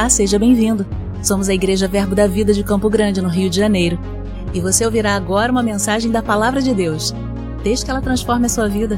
Olá, seja bem-vindo. Somos a Igreja Verbo da Vida de Campo Grande, no Rio de Janeiro. E você ouvirá agora uma mensagem da Palavra de Deus. Desde que ela transforme a sua vida.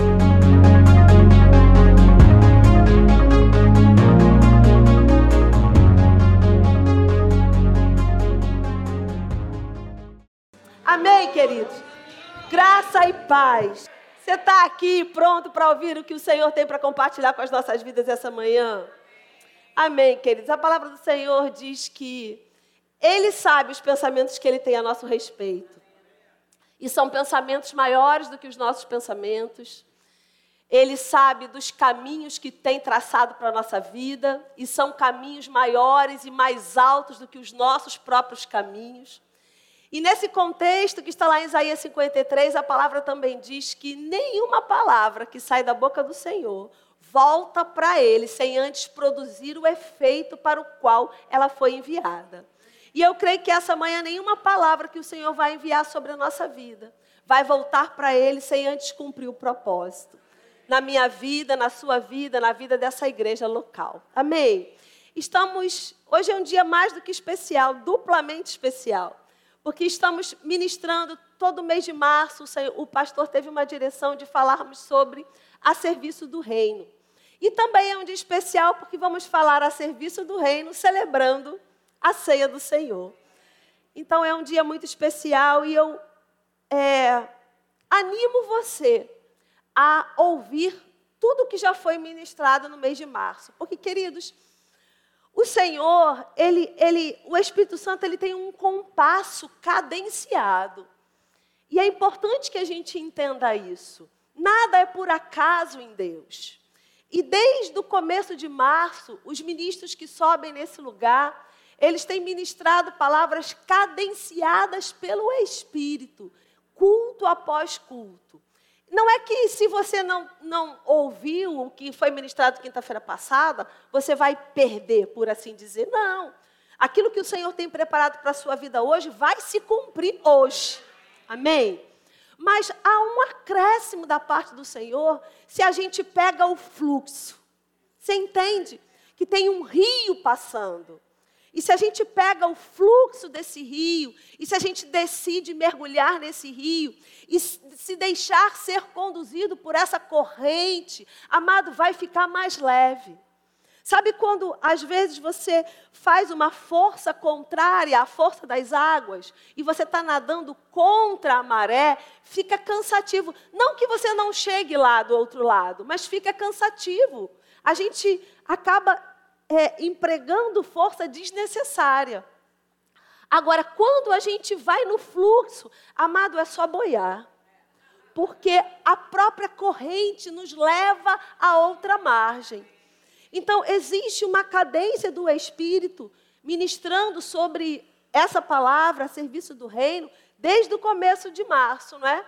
Amém, queridos? Graça e paz. Você está aqui pronto para ouvir o que o Senhor tem para compartilhar com as nossas vidas essa manhã? Amém, queridos. A palavra do Senhor diz que Ele sabe os pensamentos que Ele tem a nosso respeito. E são pensamentos maiores do que os nossos pensamentos. Ele sabe dos caminhos que tem traçado para a nossa vida. E são caminhos maiores e mais altos do que os nossos próprios caminhos. E nesse contexto que está lá em Isaías 53, a palavra também diz que nenhuma palavra que sai da boca do Senhor volta para Ele sem antes produzir o efeito para o qual ela foi enviada. E eu creio que essa manhã nenhuma palavra que o Senhor vai enviar sobre a nossa vida vai voltar para Ele sem antes cumprir o propósito. Na minha vida, na sua vida, na vida dessa igreja local. Amém? Hoje é um dia mais do que especial, duplamente especial. Porque estamos ministrando todo mês de março, o pastor teve uma direção de falarmos sobre a serviço do reino. E também é um dia especial porque vamos falar a serviço do reino, celebrando a ceia do Senhor. Então é um dia muito especial e eu animo você a ouvir tudo que já foi ministrado no mês de março. Porque, queridos, o Senhor, o Espírito Santo, ele tem um compasso cadenciado. E é importante que a gente entenda isso. Nada é por acaso em Deus. E desde o começo de março, os ministros que sobem nesse lugar, eles têm ministrado palavras cadenciadas pelo Espírito, culto após culto. Não é que se você não ouviu o que foi ministrado quinta-feira passada, você vai perder, por assim dizer. Não. Aquilo que o Senhor tem preparado para a sua vida hoje vai se cumprir hoje. Amém? Mas há um acréscimo da parte do Senhor se a gente pega o fluxo. Você entende? Que tem um rio passando. E se a gente pega o fluxo desse rio, e se a gente decide mergulhar nesse rio, e se deixar ser conduzido por essa corrente, amado, vai ficar mais leve. Sabe quando, às vezes, você faz uma força contrária à força das águas, e você está nadando contra a maré, fica cansativo. Não que você não chegue lá do outro lado, mas fica cansativo. A gente acaba empregando força desnecessária. Agora, quando a gente vai no fluxo, amado, é só boiar. Porque a própria corrente nos leva a outra margem. Então, existe uma cadência do Espírito ministrando sobre essa palavra, a serviço do reino, desde o começo de março, não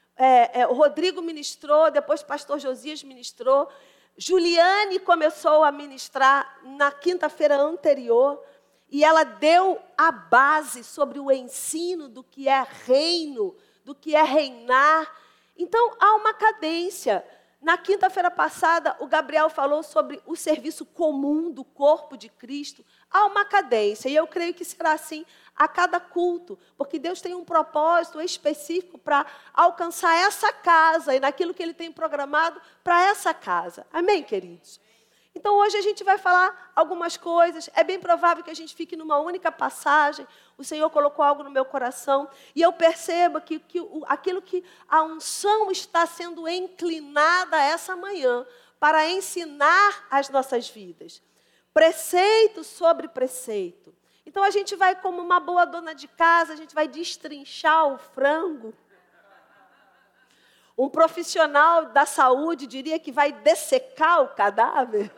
é? O Rodrigo ministrou, depois o pastor Josias ministrou, Juliane começou a ministrar na quinta-feira anterior e ela deu a base sobre o ensino do que é reino, do que é reinar. Então, há uma cadência. Na quinta-feira passada, o Gabriel falou sobre o serviço comum do corpo de Cristo. Há uma cadência, e eu creio que será assim a cada culto, porque Deus tem um propósito específico para alcançar essa casa e naquilo que Ele tem programado para essa casa. Amém, queridos? Então, hoje a gente vai falar algumas coisas. É bem provável que a gente fique numa única passagem. O Senhor colocou algo no meu coração. E eu percebo que aquilo que a unção está sendo inclinada essa manhã para ensinar as nossas vidas. Preceito sobre preceito. Então, a gente vai, como uma boa dona de casa, a gente vai destrinchar o frango. Um profissional da saúde diria que vai dessecar o cadáver.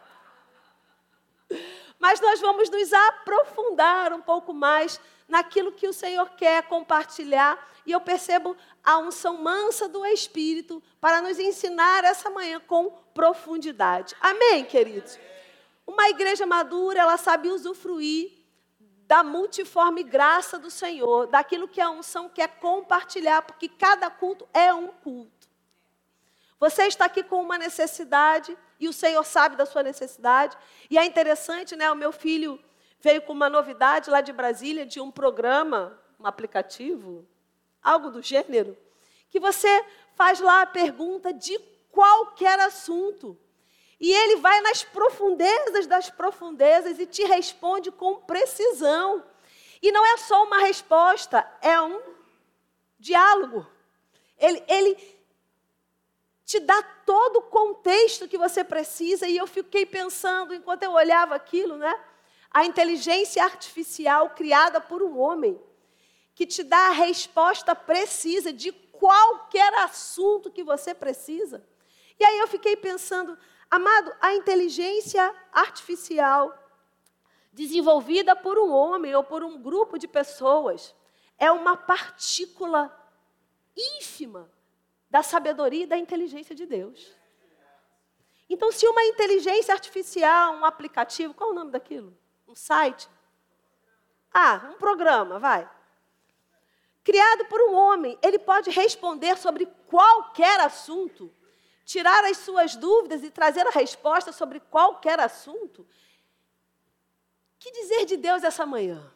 Mas nós vamos nos aprofundar um pouco mais naquilo que o Senhor quer compartilhar. E eu percebo a unção mansa do Espírito para nos ensinar essa manhã com profundidade. Amém, queridos? Uma igreja madura, ela sabe usufruir da multiforme graça do Senhor, daquilo que a unção quer compartilhar, porque cada culto é um culto. Você está aqui com uma necessidade e o Senhor sabe da sua necessidade. E é interessante, né? O meu filho veio com uma novidade lá de Brasília, de um programa, um aplicativo, algo do gênero, que você faz lá a pergunta de qualquer assunto. E ele vai nas profundezas das profundezas e te responde com precisão. E não é só uma resposta, é um diálogo. Ele te dá todo o contexto que você precisa. E eu fiquei pensando, enquanto eu olhava aquilo, né? A inteligência artificial criada por um homem, que te dá a resposta precisa de qualquer assunto que você precisa. E aí eu fiquei pensando, amado, a inteligência artificial desenvolvida por um homem ou por um grupo de pessoas é uma partícula ínfima da sabedoria e da inteligência de Deus. Então, se uma inteligência artificial, um aplicativo, qual é o nome daquilo? Um site? Um programa, vai. Criado por um homem, ele pode responder sobre qualquer assunto, tirar as suas dúvidas e trazer a resposta sobre qualquer assunto. Que dizer de Deus essa manhã?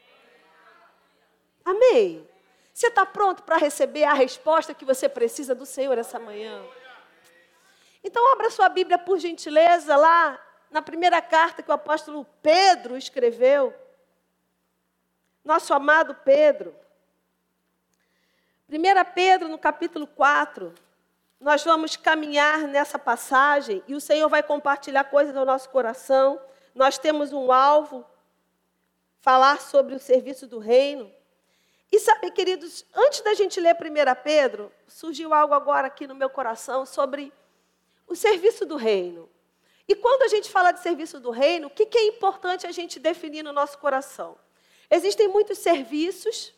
Amém? Você está pronto para receber a resposta que você precisa do Senhor essa manhã? Então, abra sua Bíblia, por gentileza, lá na primeira carta que o apóstolo Pedro escreveu. Nosso amado Pedro. 1 Pedro, no capítulo 4. Nós vamos caminhar nessa passagem e o Senhor vai compartilhar coisas do nosso coração. Nós temos um alvo, falar sobre o serviço do reino. E sabe, queridos, antes da gente ler 1 Pedro, surgiu algo agora aqui no meu coração sobre o serviço do reino. E quando a gente fala de serviço do reino, o que é importante a gente definir no nosso coração? Existem muitos serviços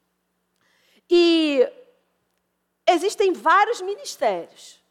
e existem vários ministérios.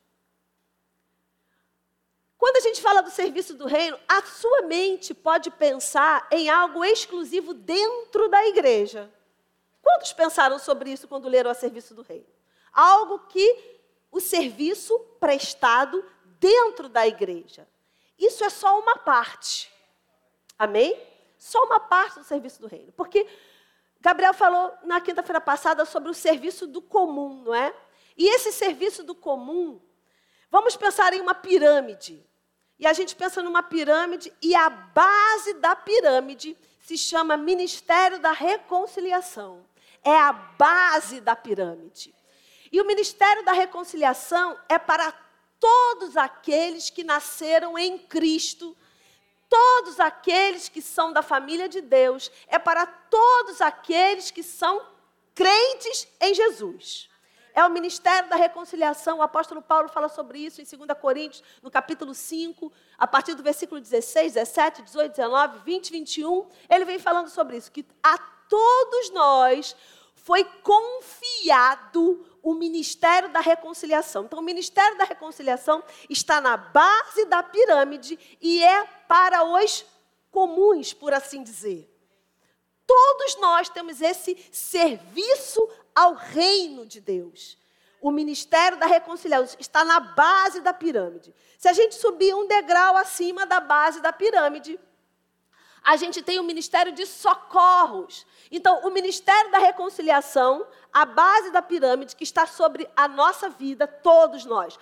Quando a gente fala do serviço do reino, a sua mente pode pensar em algo exclusivo dentro da igreja. Quantos pensaram sobre isso quando leram a serviço do reino? Algo que o serviço prestado dentro da igreja. Isso é só uma parte. Amém? Só uma parte do serviço do reino. Porque Gabriel falou na quinta-feira passada sobre o serviço do comum, não é? E esse serviço do comum, vamos pensar em uma pirâmide. E a gente pensa numa pirâmide e a base da pirâmide se chama Ministério da Reconciliação. É a base da pirâmide. E o Ministério da Reconciliação é para todos aqueles que nasceram em Cristo, todos aqueles que são da família de Deus, é para todos aqueles que são crentes em Jesus. É o Ministério da Reconciliação. O apóstolo Paulo fala sobre isso em 2 Coríntios, no capítulo 5, a partir do versículo 16, 17, 18, 19, 20, 21. Ele vem falando sobre isso, que a todos nós foi confiado o Ministério da Reconciliação. Então, o Ministério da Reconciliação está na base da pirâmide e é para os comuns, por assim dizer. Todos nós temos esse serviço ao reino de Deus. O Ministério da Reconciliação está na base da pirâmide. Se a gente subir um degrau acima da base da pirâmide, a gente tem o Ministério de Socorros. Então, o Ministério da Reconciliação, a base da pirâmide que está sobre a nossa vida, todos nós,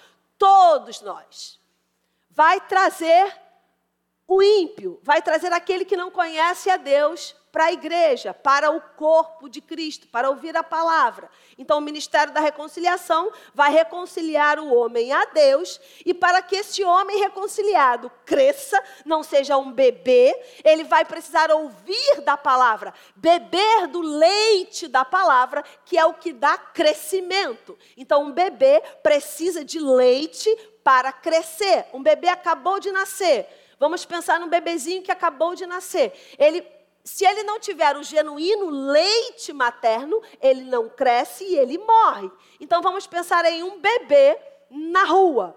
vai trazer o ímpio, vai trazer aquele que não conhece a Deus para a igreja, para o corpo de Cristo, para ouvir a palavra. Então, o Ministério da Reconciliação vai reconciliar o homem a Deus, e para que esse homem reconciliado cresça, não seja um bebê, ele vai precisar ouvir da palavra, beber do leite da palavra, que é o que dá crescimento. Então, um bebê precisa de leite para crescer. Um bebê acabou de nascer. Vamos pensar num bebezinho que acabou de nascer. Se ele não tiver o genuíno leite materno, ele não cresce e ele morre. Então, vamos pensar em um bebê na rua.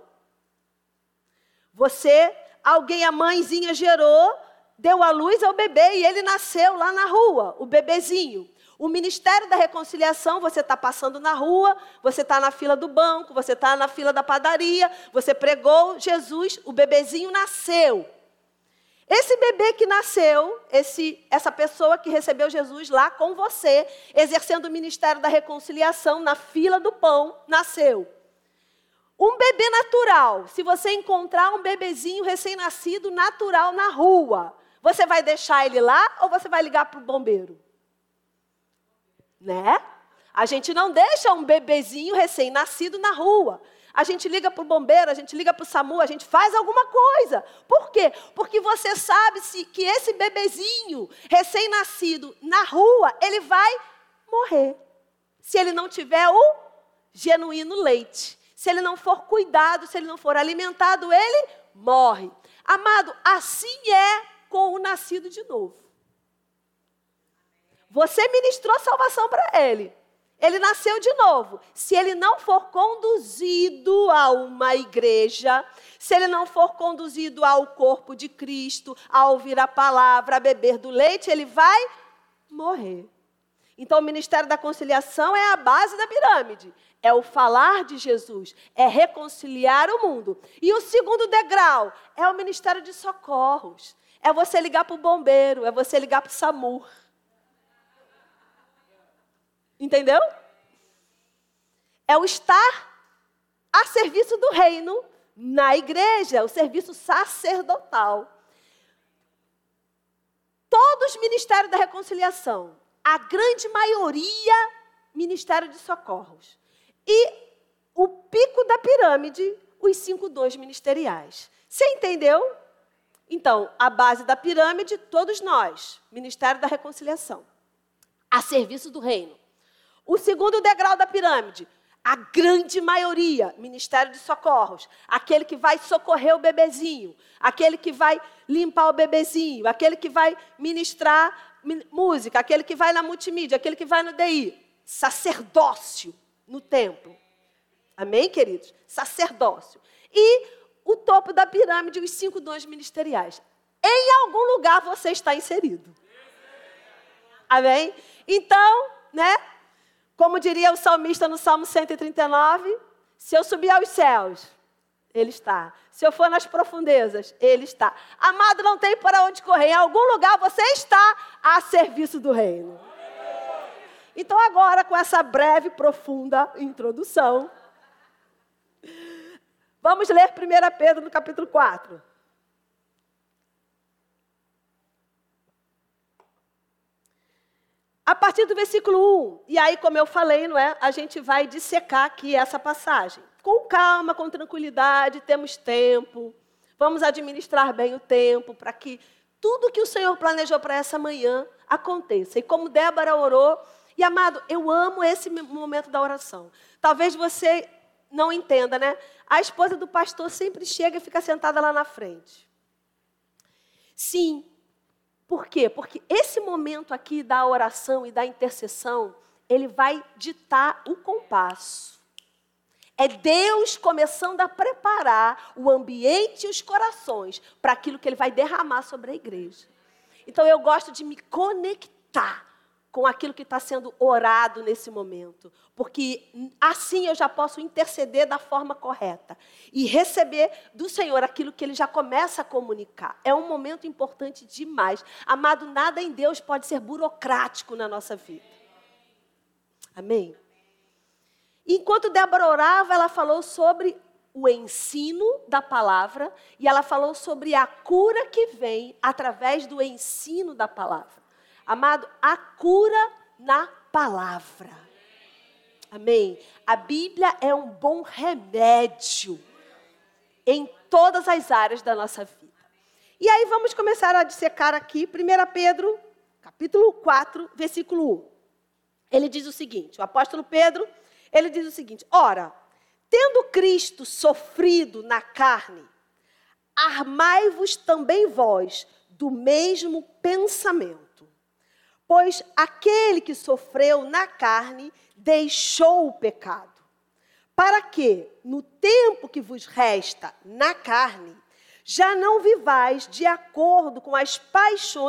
A mãezinha gerou, deu à luz ao bebê e ele nasceu lá na rua, o bebezinho. O ministério da reconciliação, você está passando na rua, você está na fila do banco, você está na fila da padaria, você pregou Jesus, o bebezinho nasceu. Esse bebê que nasceu, essa pessoa que recebeu Jesus lá com você, exercendo o ministério da reconciliação na fila do pão, nasceu. Um bebê natural, se você encontrar um bebezinho recém-nascido natural na rua, você vai deixar ele lá ou você vai ligar para o bombeiro? Né? A gente não deixa um bebezinho recém-nascido na rua. A gente liga para o bombeiro, a gente liga para o SAMU, a gente faz alguma coisa. Por quê? Porque você sabe que esse bebezinho recém-nascido na rua, ele vai morrer. Se ele não tiver o genuíno leite. Se ele não for cuidado, se ele não for alimentado, ele morre. Amado, assim é com o nascido de novo. Você ministrou salvação para ele. Ele nasceu de novo. Se ele não for conduzido a uma igreja, se ele não for conduzido ao corpo de Cristo, a ouvir a palavra, a beber do leite, ele vai morrer. Então, o ministério da conciliação é a base da pirâmide. É o falar de Jesus, é reconciliar o mundo. E o segundo degrau é o ministério de socorros. É você ligar para o bombeiro, é você ligar para o SAMU. Entendeu? É o estar a serviço do reino na igreja, o serviço sacerdotal. Todos os ministérios da reconciliação, a grande maioria, ministério de socorros. E o pico da pirâmide, os 5 dons ministeriais. Você entendeu? Então, a base da pirâmide, todos nós, ministério da reconciliação, a serviço do reino. O segundo degrau da pirâmide, a grande maioria, ministério de socorros, aquele que vai socorrer o bebezinho, aquele que vai limpar o bebezinho, aquele que vai ministrar música, aquele que vai na multimídia, aquele que vai no DI, sacerdócio no templo. Amém, queridos? Sacerdócio. E o topo da pirâmide, os 5 dons ministeriais. Em algum lugar você está inserido. Amém? Então, né? Como diria o salmista no Salmo 139, se eu subir aos céus, Ele está. Se eu for nas profundezas, Ele está. Amado, não tem para onde correr. Em algum lugar você está a serviço do reino. Então agora, com essa breve, profunda introdução, vamos ler 1 Pedro no capítulo 4. A partir do versículo 1, e aí, como eu falei, não é? A gente vai dissecar aqui essa passagem. Com calma, com tranquilidade, temos tempo. Vamos administrar bem o tempo para que tudo que o Senhor planejou para essa manhã aconteça. E como Débora orou, e amado, eu amo esse momento da oração. Talvez você não entenda, né? A esposa do pastor sempre chega e fica sentada lá na frente. Sim. Por quê? Porque esse momento aqui da oração e da intercessão, ele vai ditar o compasso. É Deus começando a preparar o ambiente e os corações para aquilo que Ele vai derramar sobre a igreja. Então, eu gosto de me conectar com aquilo que está sendo orado nesse momento. Porque assim eu já posso interceder da forma correta. E receber do Senhor aquilo que Ele já começa a comunicar. É um momento importante demais. Amado, nada em Deus pode ser burocrático na nossa vida. Amém? Enquanto Débora orava, ela falou sobre o ensino da palavra. E ela falou sobre a cura que vem através do ensino da palavra. Amado, a cura na palavra. Amém? A Bíblia é um bom remédio em todas as áreas da nossa vida. E aí vamos começar a dissecar aqui 1 Pedro, capítulo 4, versículo 1. Ele diz o seguinte, o apóstolo Pedro, ele diz o seguinte: ora, tendo Cristo sofrido na carne, armai-vos também vós do mesmo pensamento. Pois aquele que sofreu na carne deixou o pecado, para que, no tempo que vos resta na carne, já não vivais de acordo com as paixões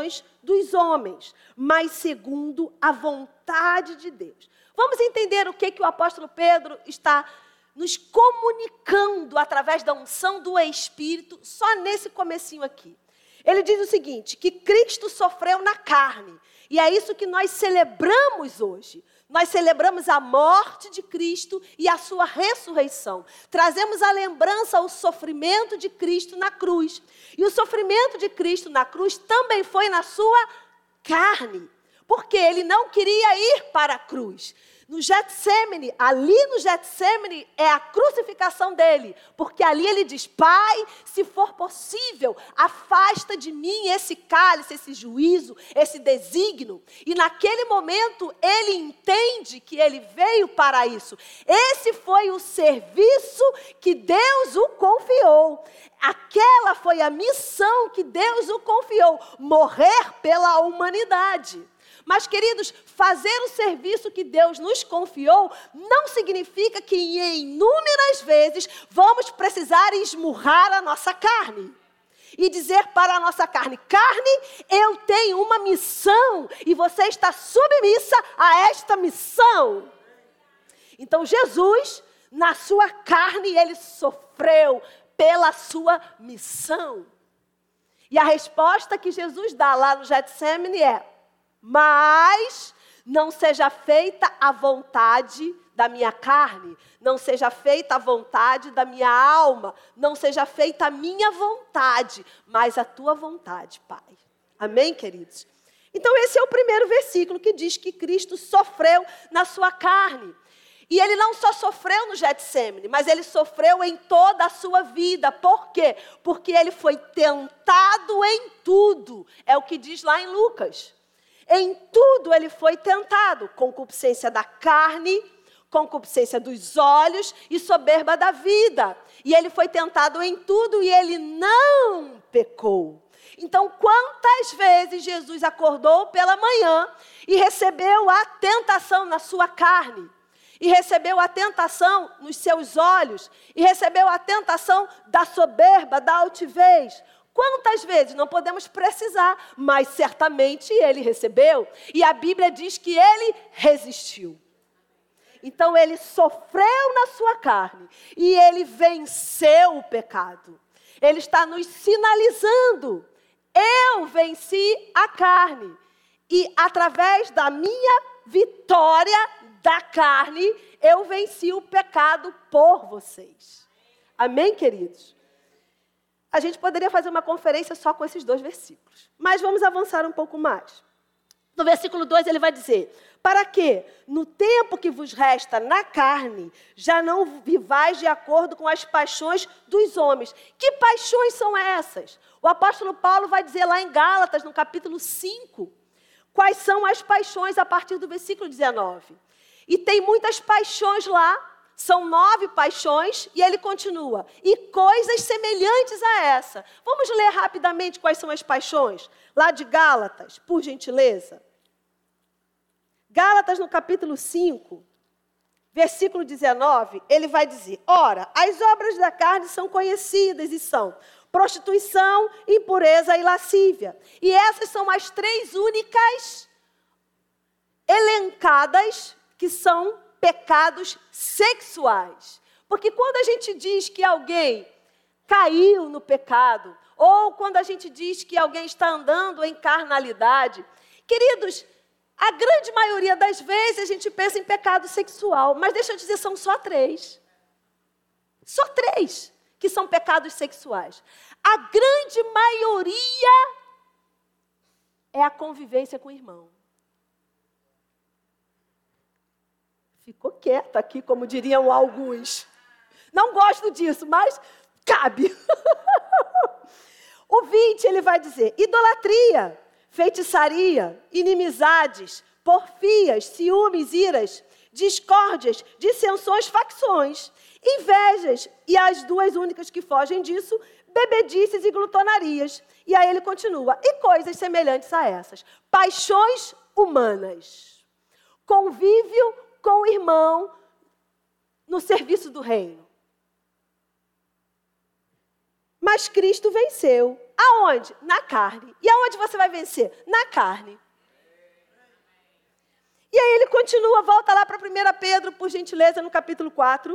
dos homens, mas segundo a vontade de Deus. Vamos entender o que o apóstolo Pedro está nos comunicando através da unção do Espírito, só nesse comecinho aqui. Ele diz o seguinte, que Cristo sofreu na carne, e é isso que nós celebramos hoje. Nós celebramos a morte de Cristo e a sua ressurreição. Trazemos a lembrança ao sofrimento de Cristo na cruz. E o sofrimento de Cristo na cruz também foi na sua carne, porque ele não queria ir para a cruz. No Getsêmani, ali no Getsêmani é a crucificação dele, porque ali ele diz, Pai, se for possível, afasta de mim esse cálice, esse juízo, esse desígnio. E naquele momento ele entende que ele veio para isso. Esse foi o serviço que Deus o confiou. Aquela foi a missão que Deus o confiou, morrer pela humanidade. Mas, queridos, fazer o serviço que Deus nos confiou não significa que em inúmeras vezes vamos precisar esmurrar a nossa carne. E dizer para a nossa carne, carne, eu tenho uma missão e você está submissa a esta missão. Então, Jesus, na sua carne, ele sofreu pela sua missão. E a resposta que Jesus dá lá no Getsêmani é, mas não seja feita a vontade da minha carne, não seja feita a vontade da minha alma, não seja feita a minha vontade, mas a tua vontade, Pai. Amém, queridos? Então esse é o primeiro versículo que diz que Cristo sofreu na sua carne. E ele não só sofreu no Getsêmani, mas ele sofreu em toda a sua vida. Por quê? Porque ele foi tentado em tudo. É o que diz lá em Lucas. Em tudo ele foi tentado, concupiscência da carne, concupiscência dos olhos e soberba da vida. E ele foi tentado em tudo e ele não pecou. Então, quantas vezes Jesus acordou pela manhã e recebeu a tentação na sua carne? E recebeu a tentação nos seus olhos? E recebeu a tentação da soberba, da altivez? Quantas vezes? Não podemos precisar, mas certamente ele recebeu. E a Bíblia diz que ele resistiu. Então ele sofreu na sua carne e ele venceu o pecado. Ele está nos sinalizando. Eu venci a carne. E através da minha vitória da carne, eu venci o pecado por vocês. Amém, queridos? A gente poderia fazer uma conferência só com esses 2 versículos. Mas vamos avançar um pouco mais. No versículo 2 ele vai dizer, para que, no tempo que vos resta na carne, já não vivais de acordo com as paixões dos homens. Que paixões são essas? O apóstolo Paulo vai dizer lá em Gálatas, no capítulo 5, quais são as paixões a partir do versículo 19. E tem muitas paixões lá. São 9 paixões e ele continua. E coisas semelhantes a essa. Vamos ler rapidamente quais são as paixões? Lá de Gálatas, por gentileza. Gálatas no capítulo 5, versículo 19, ele vai dizer, ora, as obras da carne são conhecidas e são prostituição, impureza e lascívia. E essas são as 3 únicas elencadas que são pecados sexuais. Porque quando a gente diz que alguém caiu no pecado, ou quando a gente diz que alguém está andando em carnalidade, queridos, a grande maioria das vezes a gente pensa em pecado sexual, mas deixa eu dizer, são só 3. Só 3 que são pecados sexuais. A grande maioria é a convivência com o irmão. Ficou quieto aqui, como diriam alguns. Não gosto disso, mas cabe. O 20, ele vai dizer, idolatria, feitiçaria, inimizades, porfias, ciúmes, iras, discórdias, dissensões, facções, invejas, e as 2 únicas que fogem disso, bebedices e glutonarias. E aí ele continua, e coisas semelhantes a essas, paixões humanas, convívio com o irmão no serviço do reino. Mas Cristo venceu Aonde? Na carne. E aonde você vai vencer? Na carne. E aí ele continua, volta lá para 1 Pedro, por gentileza, no capítulo 4.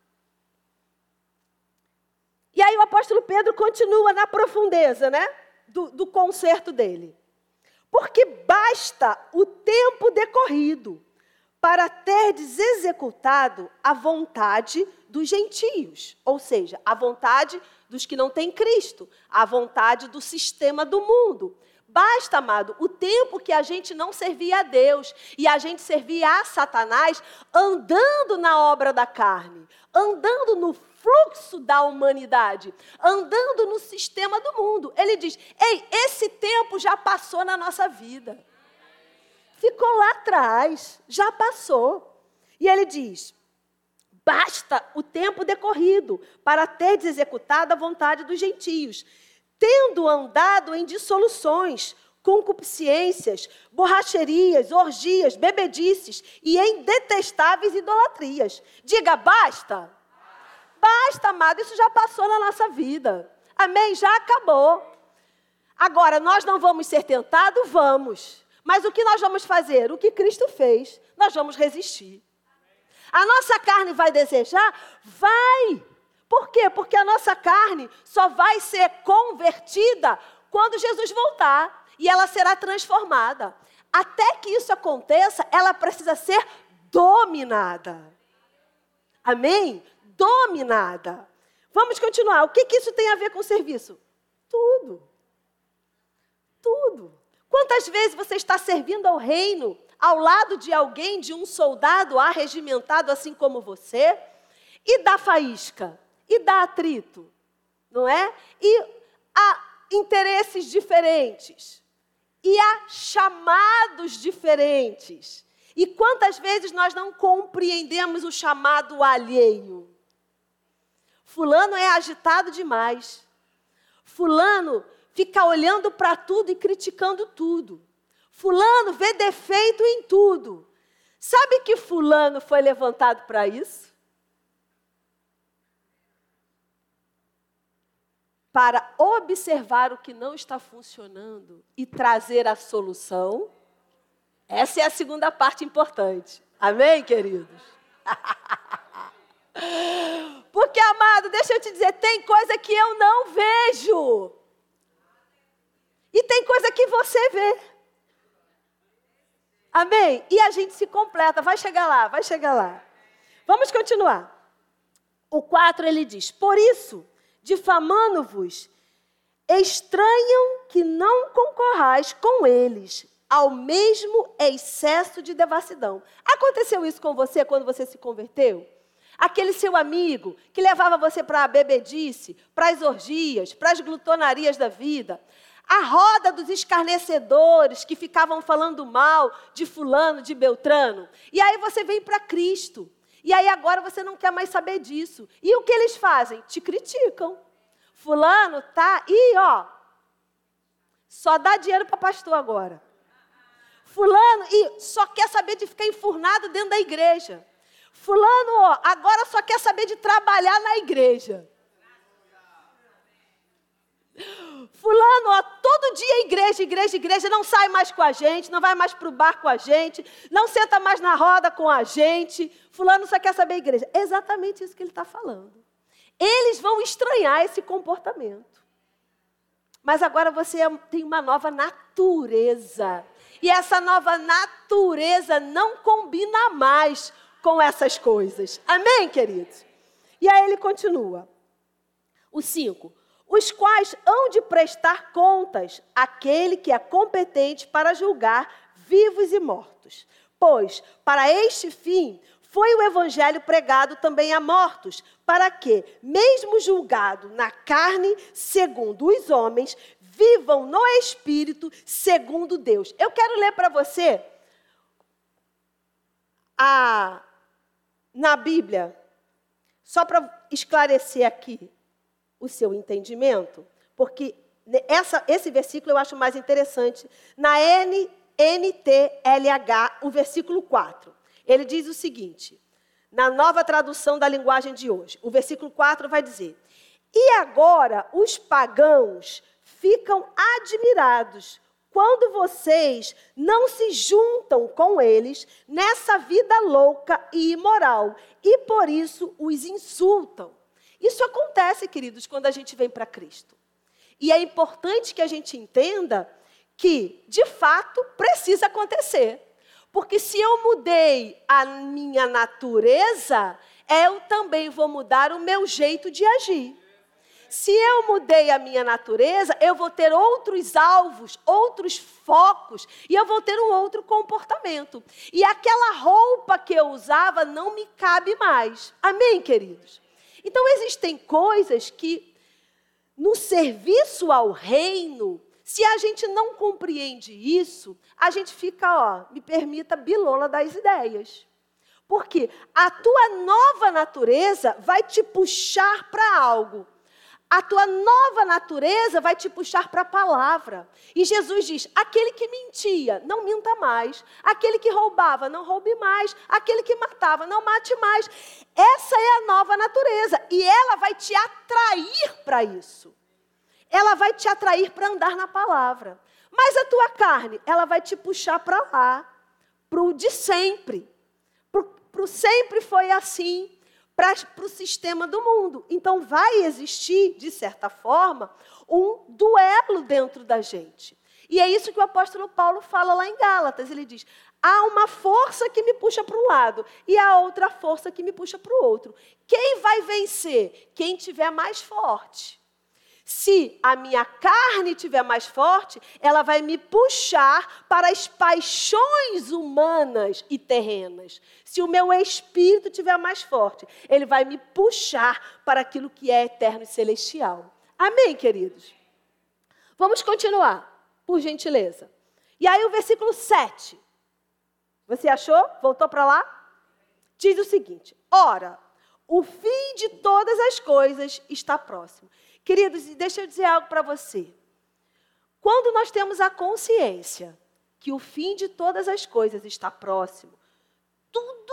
E aí o apóstolo Pedro continua na profundeza, né? Do conserto dele. Porque basta o tempo decorrido para terdes executado a vontade dos gentios, ou seja, a vontade dos que não têm Cristo, a vontade do sistema do mundo. Basta, amado, o tempo que a gente não servia a Deus e a gente servia a Satanás andando na obra da carne, andando no fluxo da humanidade, andando no sistema do mundo. Ele diz, ei, esse tempo já passou na nossa vida. Ficou lá atrás, já passou. E ele diz, basta o tempo decorrido para teres executado a vontade dos gentios, tendo andado em dissoluções, concupiscências, borracherias, orgias, bebedices e em detestáveis idolatrias. Diga, basta. Basta, amado, isso já passou na nossa vida. Amém? Já acabou. Agora, nós não vamos ser tentados? Vamos. Mas o que nós vamos fazer? O que Cristo fez. Nós vamos resistir. A nossa carne vai desejar? Vai. Por quê? Porque a nossa carne só vai ser convertida quando Jesus voltar. E ela será transformada. Até que isso aconteça, ela precisa ser dominada. Amém? Dominada. Vamos continuar. O que isso tem a ver com o serviço? Tudo. Tudo. Quantas vezes você está servindo ao reino ao lado de alguém, de um soldado arregimentado assim como você, e dá faísca, e dá atrito, não é? E há interesses diferentes, e há chamados diferentes. E quantas vezes nós não compreendemos o chamado alheio? Fulano é agitado demais. Fulano fica olhando para tudo e criticando tudo. Fulano vê defeito em tudo. Sabe que fulano foi levantado para isso? Para observar o que não está funcionando e trazer a solução. Essa é a segunda parte importante. Amém, queridos? Porque, amado, deixa eu te dizer, tem coisa que eu não vejo. E tem coisa que você vê. Amém? E a gente se completa. Vai chegar lá, vai chegar lá. Vamos continuar. O 4, ele diz, por isso, difamando-vos, estranham que não concorrais com eles ao mesmo excesso de devassidão. Aconteceu isso com você quando você se converteu? Aquele seu amigo que levava você para a bebedice, para as orgias, para as glutonarias da vida. A roda dos escarnecedores que ficavam falando mal de fulano, de Beltrano. E aí você vem para Cristo. E aí agora você não quer mais saber disso. E o que eles fazem? Te criticam. Fulano tá... E ó, só dá dinheiro para pastor agora. Fulano e só quer saber de ficar enfurnado dentro da igreja. Fulano, ó, agora só quer saber de trabalhar na igreja. Fulano, ó, todo dia igreja, não sai mais com a gente, não vai mais para o bar com a gente, não senta mais na roda com a gente. Fulano só quer saber igreja. É exatamente isso que ele está falando. Eles vão estranhar esse comportamento. Mas agora você tem uma nova natureza. E essa nova natureza não combina mais com essas coisas. Amém, queridos? E aí ele continua. O 5. Os quais hão de prestar contas àquele que é competente para julgar vivos e mortos. Pois, para este fim, foi o evangelho pregado também a mortos, para que, mesmo julgado na carne, segundo os homens, vivam no Espírito, segundo Deus. Eu quero ler para você, na Bíblia, só para esclarecer aqui o seu entendimento, porque esse versículo eu acho mais interessante. Na NTLH, o versículo 4, ele diz o seguinte, na nova tradução da linguagem de hoje, o versículo 4 vai dizer, e agora os pagãos ficam admirados quando vocês não se juntam com eles nessa vida louca e imoral, e por isso os insultam. Isso acontece, queridos, quando a gente vem para Cristo. E é importante que a gente entenda que, de fato, precisa acontecer. Porque se eu mudei a minha natureza, eu também vou mudar o meu jeito de agir. Se eu mudei a minha natureza, eu vou ter outros alvos, outros focos, e eu vou ter um outro comportamento. E aquela roupa que eu usava não me cabe mais. Amém, queridos? Então, existem coisas que, no serviço ao reino, se a gente não compreende isso, a gente fica, me permita, bilola das ideias. Porque a tua nova natureza vai te puxar para algo. A tua nova natureza vai te puxar para a palavra. E Jesus diz, aquele que mentia, não minta mais. Aquele que roubava, não roube mais. Aquele que matava, não mate mais. Essa é a nova natureza. E ela vai te atrair para isso. Ela vai te atrair para andar na palavra. Mas a tua carne, ela vai te puxar para lá. Para o de sempre. Para o sempre foi assim. Para o sistema do mundo. Então, vai existir, de certa forma, um duelo dentro da gente. E é isso que o apóstolo Paulo fala lá em Gálatas. Ele diz, há uma força que me puxa para um lado e há outra força que me puxa para o outro. Quem vai vencer? Quem tiver mais forte. Se a minha carne estiver mais forte, ela vai me puxar para as paixões humanas e terrenas. Se o meu espírito estiver mais forte, ele vai me puxar para aquilo que é eterno e celestial. Amém, queridos? Vamos continuar, por gentileza. E aí o versículo 7. Você achou? Voltou para lá? Diz o seguinte, ora, o fim de todas as coisas está próximo. Queridos, deixa eu dizer algo para você. Quando nós temos a consciência que o fim de todas as coisas está próximo, tudo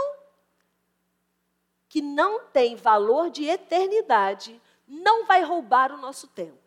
que não tem valor de eternidade não vai roubar o nosso tempo.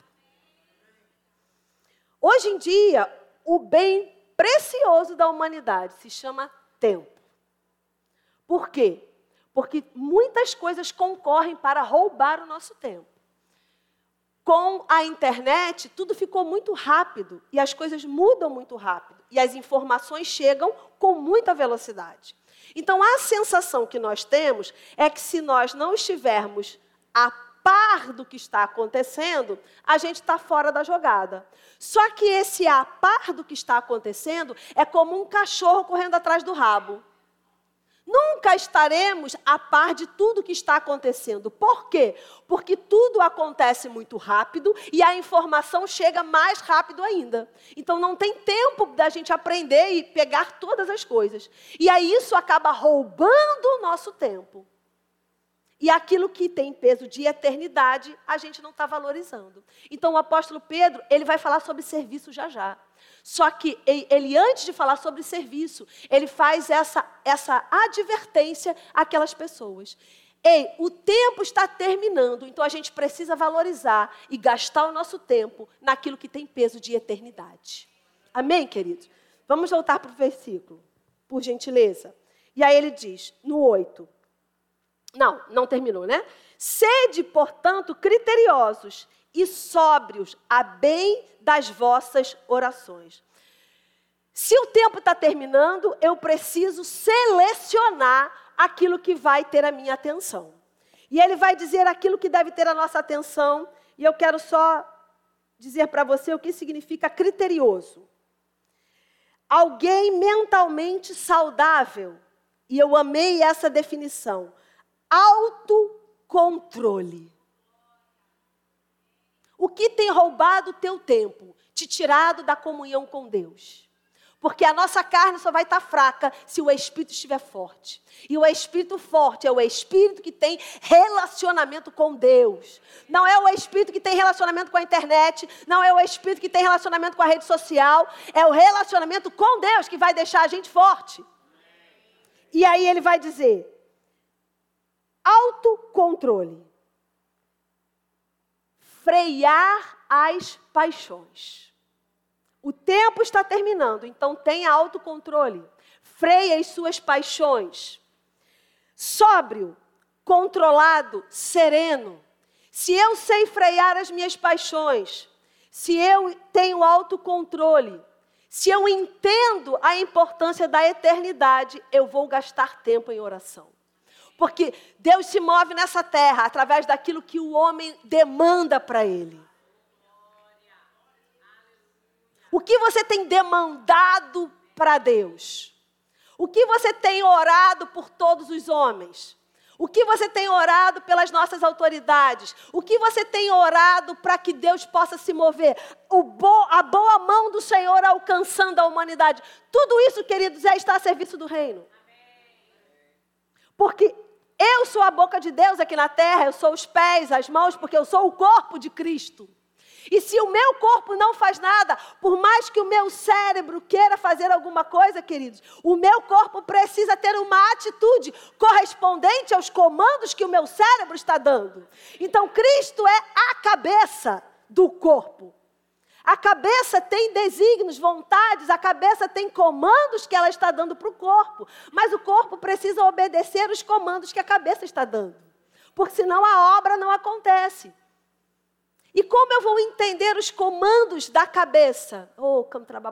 Hoje em dia, o bem precioso da humanidade se chama tempo. Por quê? Porque muitas coisas concorrem para roubar o nosso tempo. Com a internet, tudo ficou muito rápido e as coisas mudam muito rápido. E as informações chegam com muita velocidade. Então, a sensação que nós temos é que se nós não estivermos a par do que está acontecendo, a gente está fora da jogada. Só que esse a par do que está acontecendo é como um cachorro correndo atrás do rabo. Nunca estaremos a par de tudo que está acontecendo. Por quê? Porque tudo acontece muito rápido e a informação chega mais rápido ainda. Então, não tem tempo da gente aprender e pegar todas as coisas. E aí isso acaba roubando o nosso tempo. E aquilo que tem peso de eternidade, a gente não está valorizando. Então, o apóstolo Pedro, ele vai falar sobre serviço já já. Só que ele, antes de falar sobre serviço, ele faz essa advertência àquelas pessoas. Ei, o tempo está terminando, então a gente precisa valorizar e gastar o nosso tempo naquilo que tem peso de eternidade. Amém, queridos? Vamos voltar para o versículo, por gentileza. E aí ele diz, no 8. Não terminou, né? Sede, portanto, criteriosos e sóbrios a bem das vossas orações. Se o tempo está terminando, eu preciso selecionar aquilo que vai ter a minha atenção. E ele vai dizer aquilo que deve ter a nossa atenção, e eu quero só dizer para você o que significa criterioso. Alguém mentalmente saudável, e eu amei essa definição, autocontrole. O que tem roubado o teu tempo? Te tirado da comunhão com Deus. Porque a nossa carne só vai estar fraca se o Espírito estiver forte. E o Espírito forte é o Espírito que tem relacionamento com Deus. Não é o Espírito que tem relacionamento com a internet. Não é o Espírito que tem relacionamento com a rede social. É o relacionamento com Deus que vai deixar a gente forte. E aí ele vai dizer, autocontrole. frear as paixões. O tempo está terminando, então tenha autocontrole. Freie as suas paixões. Sóbrio, controlado, sereno. Se eu sei frear as minhas paixões, se eu tenho autocontrole, se eu entendo a importância da eternidade, eu vou gastar tempo em oração. Porque Deus se move nessa terra através daquilo que o homem demanda para Ele. O que você tem demandado para Deus? O que você tem orado por todos os homens? O que você tem orado pelas nossas autoridades? O que você tem orado para que Deus possa se mover? A boa mão do Senhor alcançando a humanidade. Tudo isso, queridos, está a serviço do reino. Porque eu sou a boca de Deus aqui na terra, eu sou os pés, as mãos, porque eu sou o corpo de Cristo. E se o meu corpo não faz nada, por mais que o meu cérebro queira fazer alguma coisa, queridos, o meu corpo precisa ter uma atitude correspondente aos comandos que o meu cérebro está dando. Então, Cristo é a cabeça do corpo. A cabeça tem desígnios, vontades, a cabeça tem comandos que ela está dando para o corpo. Mas o corpo precisa obedecer os comandos que a cabeça está dando. Porque senão a obra não acontece. E como eu vou entender os comandos da cabeça? Oh,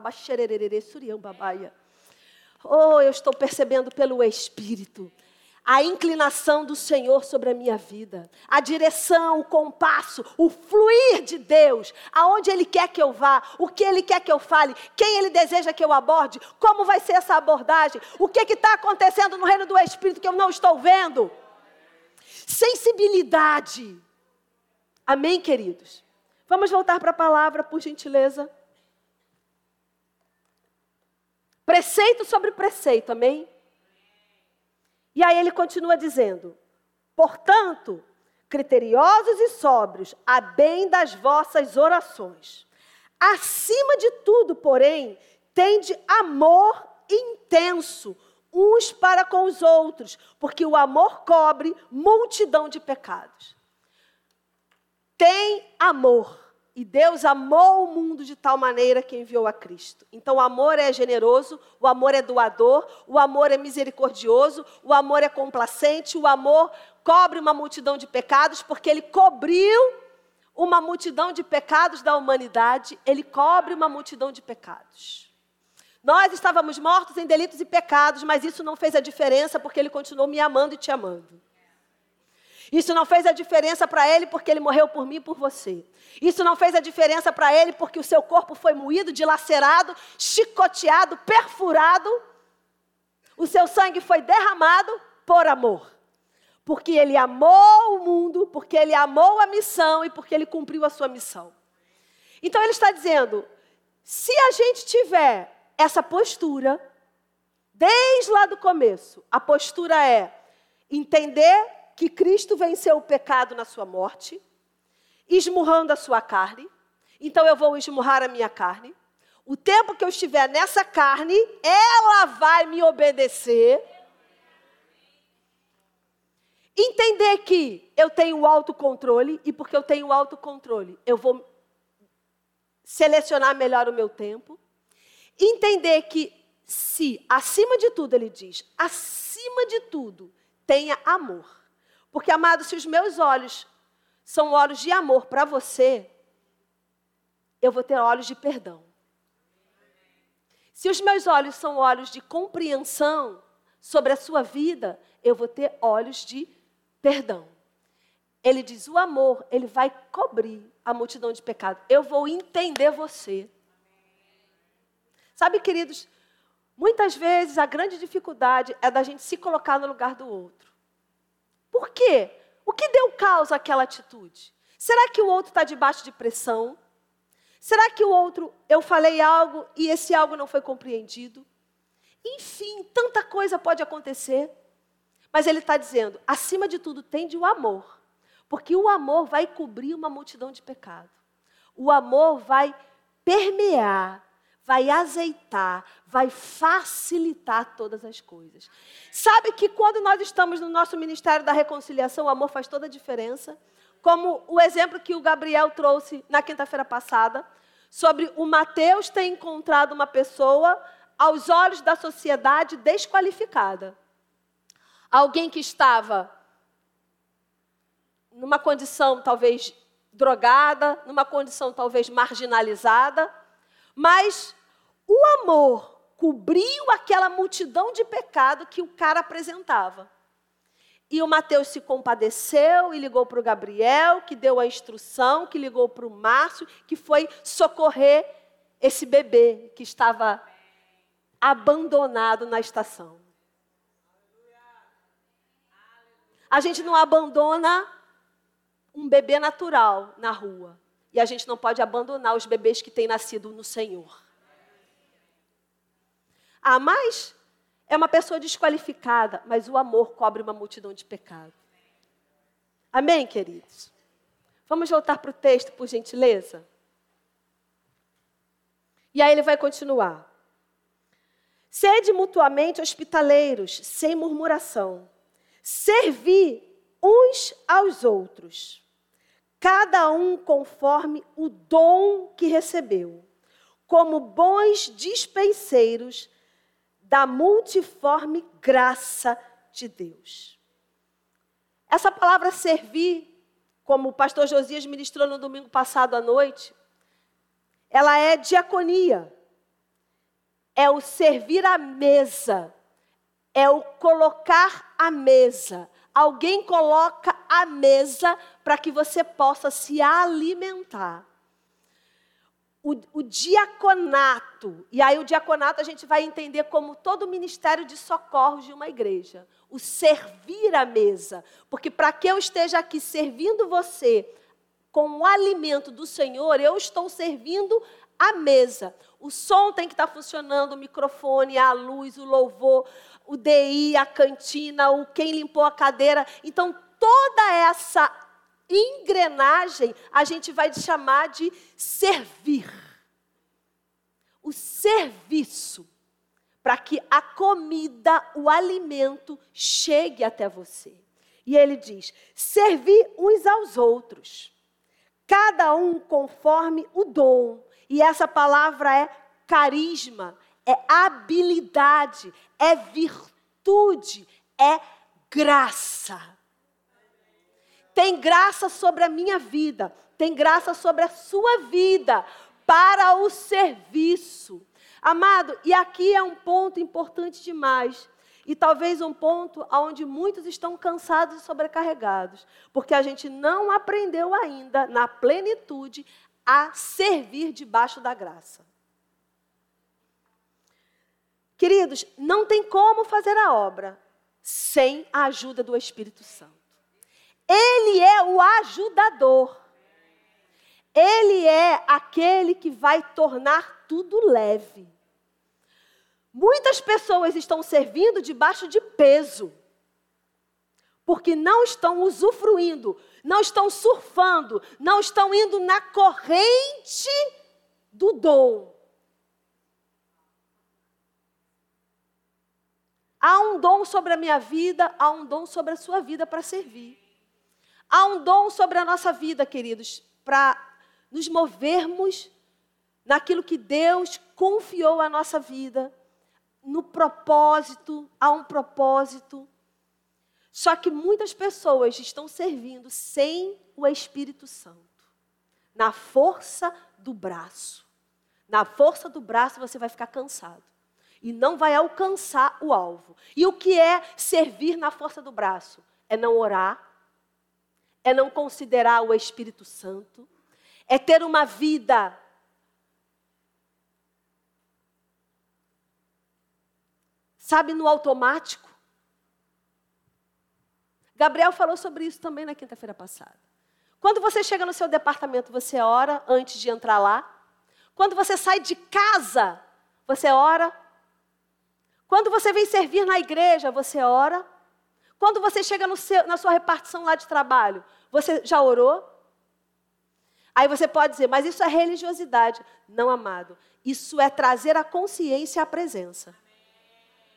eu estou percebendo pelo Espírito a inclinação do Senhor sobre a minha vida, a direção, o compasso, o fluir de Deus, aonde Ele quer que eu vá, o que Ele quer que eu fale, quem Ele deseja que eu aborde, como vai ser essa abordagem, o que está acontecendo no reino do Espírito que eu não estou vendo. Sensibilidade. Amém, queridos? Vamos voltar para a palavra, por gentileza. Preceito sobre preceito, amém? E aí ele continua dizendo: portanto, criteriosos e sóbrios, a bem das vossas orações. Acima de tudo, porém, tende amor intenso uns para com os outros, porque o amor cobre multidão de pecados. Tem amor. E Deus amou o mundo de tal maneira que enviou a Cristo. Então o amor é generoso, o amor é doador, o amor é misericordioso, o amor é complacente, o amor cobre uma multidão de pecados, porque Ele cobriu uma multidão de pecados da humanidade, Ele cobre uma multidão de pecados. Nós estávamos mortos em delitos e pecados, mas isso não fez a diferença, porque Ele continuou me amando e te amando. Isso não fez a diferença para Ele porque Ele morreu por mim e por você. Isso não fez a diferença para Ele porque o seu corpo foi moído, dilacerado, chicoteado, perfurado. O seu sangue foi derramado por amor. Porque Ele amou o mundo, porque Ele amou a missão e porque Ele cumpriu a sua missão. Então Ele está dizendo, se a gente tiver essa postura, desde lá do começo, a postura é entender que Cristo venceu o pecado na sua morte, esmurrando a sua carne. Então eu vou esmurrar a minha carne. O tempo que eu estiver nessa carne, ela vai me obedecer. Entender que eu tenho o autocontrole, e porque eu tenho o autocontrole, eu vou selecionar melhor o meu tempo. Entender que se, acima de tudo, ele diz, acima de tudo, tenha amor. Porque, amado, se os meus olhos são olhos de amor para você, eu vou ter olhos de perdão. Se os meus olhos são olhos de compreensão sobre a sua vida, eu vou ter olhos de perdão. Ele diz, o amor, ele vai cobrir a multidão de pecados. Eu vou entender você. Sabe, queridos, muitas vezes a grande dificuldade é da gente se colocar no lugar do outro. Por quê? O que deu causa àquela atitude? Será que o outro está debaixo de pressão? Será que o outro, eu falei algo e esse algo não foi compreendido? Enfim, tanta coisa pode acontecer. Mas ele está dizendo, acima de tudo, tende o amor. Porque o amor vai cobrir uma multidão de pecado. O amor vai permear, vai azeitar, vai facilitar todas as coisas. Sabe que quando nós estamos no nosso ministério da reconciliação, o amor faz toda a diferença? como o exemplo que o Gabriel trouxe na quinta-feira passada, sobre o Mateus ter encontrado uma pessoa, aos olhos da sociedade, desqualificada. Alguém que estava numa condição talvez drogada, numa condição talvez marginalizada, mas o amor cobriu aquela multidão de pecado que o cara apresentava. E o Mateus se compadeceu e ligou para o Gabriel, que deu a instrução, que ligou para o Márcio, que foi socorrer esse bebê que estava abandonado na estação. A gente não abandona um bebê natural na rua. E a gente não pode abandonar os bebês que têm nascido no Senhor. Ah, mas é uma pessoa desqualificada, mas o amor cobre uma multidão de pecado. Amém, queridos? Vamos voltar para o texto, por gentileza? E aí ele vai continuar. Sede mutuamente hospitaleiros, sem murmuração. Servi uns aos outros, cada um conforme o dom que recebeu, como bons dispenseiros da multiforme graça de Deus. Essa palavra servir, como o pastor Josias ministrou no domingo passado à noite, ela é diaconia. É o servir à mesa, é o colocar à mesa. Alguém coloca a mesa para que você possa se alimentar. O diaconato, e aí o diaconato a gente vai entender como todo o ministério de socorros de uma igreja. O servir à mesa. Porque para que eu esteja aqui servindo você com o alimento do Senhor, eu estou servindo a mesa. O som tem que estar funcionando, o microfone, a luz, o louvor, o DI, a cantina, quem limpou a cadeira. Então, toda essa engrenagem a gente vai chamar de servir. O serviço para que a comida, o alimento chegue até você. E ele diz, servi uns aos outros, cada um conforme o dom. E essa palavra é carisma, é habilidade, é virtude, é graça. Tem graça sobre a minha vida, tem graça sobre a sua vida, para o serviço. Amado, e aqui é um ponto importante demais. E talvez um ponto onde muitos estão cansados e sobrecarregados. Porque a gente não aprendeu ainda, na plenitude, a servir debaixo da graça. Queridos, não tem como fazer a obra sem a ajuda do Espírito Santo. Ele é o ajudador. Ele é aquele que vai tornar tudo leve. Muitas pessoas estão servindo debaixo de peso, porque não estão usufruindo, não estão surfando, não estão indo na corrente do dom. Há um dom sobre a minha vida, há um dom sobre a sua vida para servir. Há um dom sobre a nossa vida, queridos, para nos movermos naquilo que Deus confiou à nossa vida, no propósito, há um propósito. Só que muitas pessoas estão servindo sem o Espírito Santo. Na força do braço. Na força do braço você vai ficar cansado. E não vai alcançar o alvo. E o que é servir na força do braço? É não orar. É não considerar o Espírito Santo. É ter uma vida no automático. Gabriel falou sobre isso também na quinta-feira passada. Quando você chega no seu departamento, você ora antes de entrar lá. Quando você sai de casa, você ora. Quando você vem servir na igreja, você ora. Quando você chega na sua repartição lá de trabalho, você já orou? Aí você pode dizer, mas isso é religiosidade. Não, amado. Isso é trazer a consciência à presença.